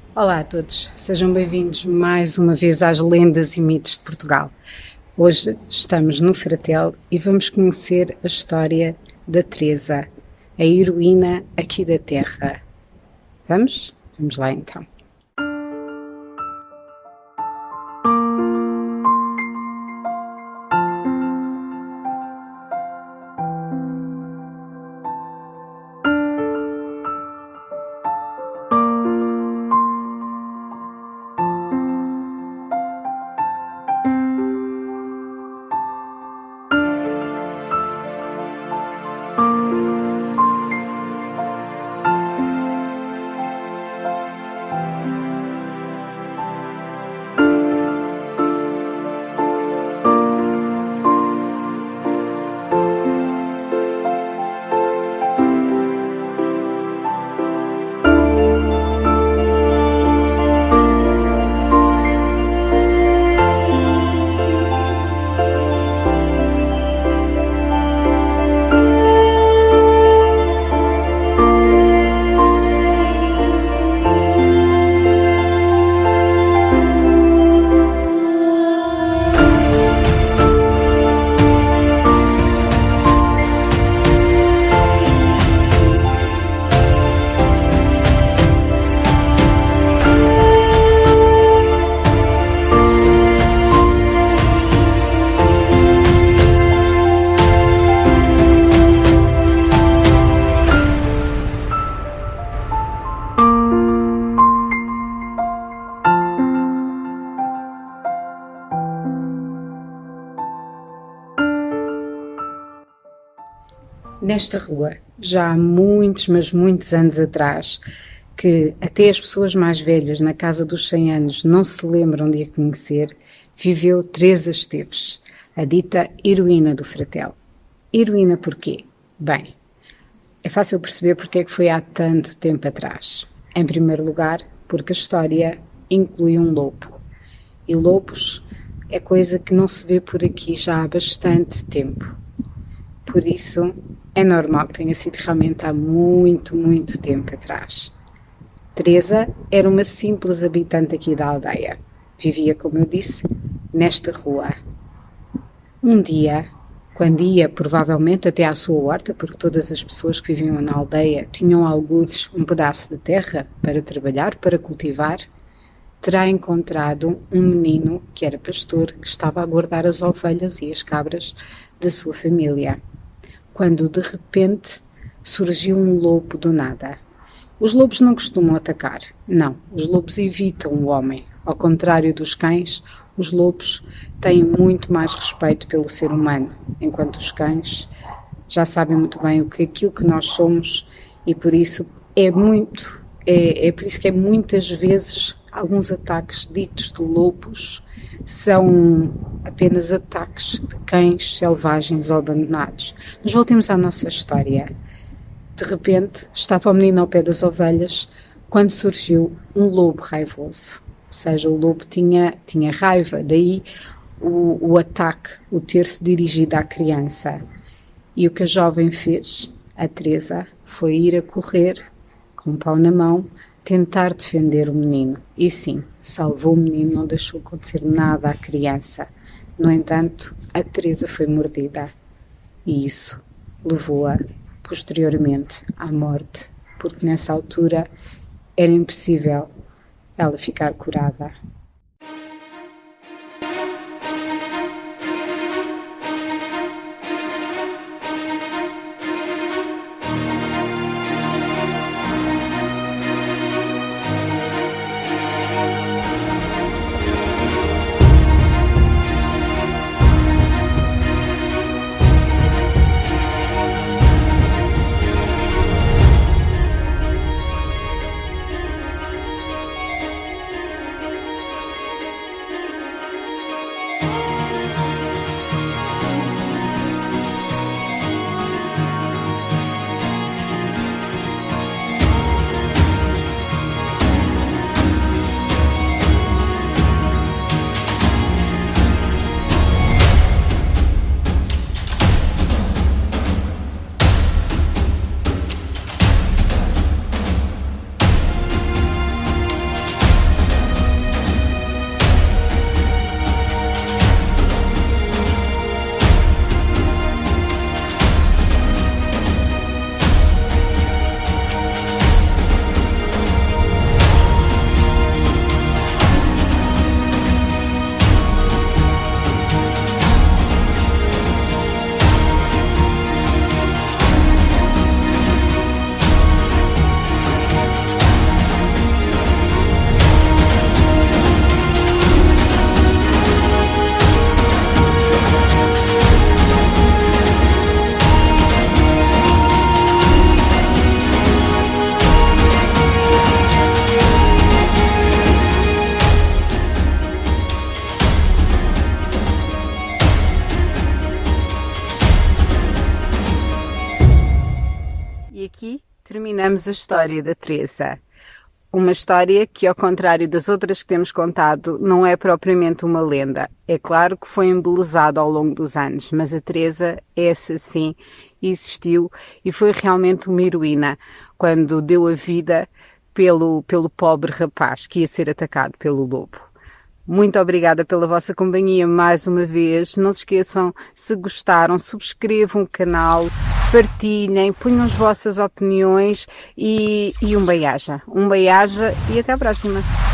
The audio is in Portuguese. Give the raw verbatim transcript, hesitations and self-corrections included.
Olá a todos, sejam bem-vindos mais uma vez às Lendas e Mitos de Portugal. Hoje estamos no Fratel e vamos conhecer a história da Teresa, a heroína aqui da Terra. Vamos? Vamos lá então. Nesta rua, já há muitos, mas muitos anos atrás, que até as pessoas mais velhas, na casa dos cem anos, não se lembram de a conhecer, viveu Teresa Esteves, a dita heroína do Fratel. Heroína porquê? Bem, é fácil perceber porque é que foi há tanto tempo atrás. Em primeiro lugar, porque a história inclui um lobo. E lobos é coisa que não se vê por aqui já há bastante tempo. Por isso, é normal que tenha sido realmente há muito, muito tempo atrás. Teresa era uma simples habitante aqui da aldeia. Vivia, como eu disse, nesta rua. Um dia, quando ia provavelmente até à sua horta, porque todas as pessoas que viviam na aldeia tinham algures um pedaço de terra para trabalhar, para cultivar, terá encontrado um menino que era pastor, que estava a guardar as ovelhas e as cabras da sua família, quando de repente surgiu um lobo do nada. Os lobos não costumam atacar, não, os lobos evitam o homem. Ao contrário dos cães, os lobos têm muito mais respeito pelo ser humano, enquanto os cães já sabem muito bem o que aquilo que nós somos e por isso é muito, é, é por isso que é muitas vezes alguns ataques ditos de lobos são apenas ataques de cães selvagens ou abandonados. Mas voltemos à nossa história. De repente, estava o menino ao pé das ovelhas quando surgiu um lobo raivoso. Ou seja, o lobo tinha, tinha raiva, daí o, o ataque, o ter-se dirigido à criança. E o que a jovem fez, a Teresa, foi ir a correr, com o pau na mão, tentar defender o menino. E sim, salvou o menino, não deixou acontecer nada à criança. No entanto, a Teresa foi mordida. E isso levou-a, posteriormente, à morte, porque nessa altura era impossível ela ficar curada. E aqui terminamos a história da Teresa. Uma história que, ao contrário das outras que temos contado, não é propriamente uma lenda. É claro que foi embelezada ao longo dos anos, mas a Teresa, essa sim, existiu e foi realmente uma heroína quando deu a vida pelo, pelo pobre rapaz que ia ser atacado pelo lobo. Muito obrigada pela vossa companhia mais uma vez. Não se esqueçam, se gostaram, subscrevam o canal, partilhem, ponham as vossas opiniões e, e um bem-aja. Um bem-aja e até à próxima.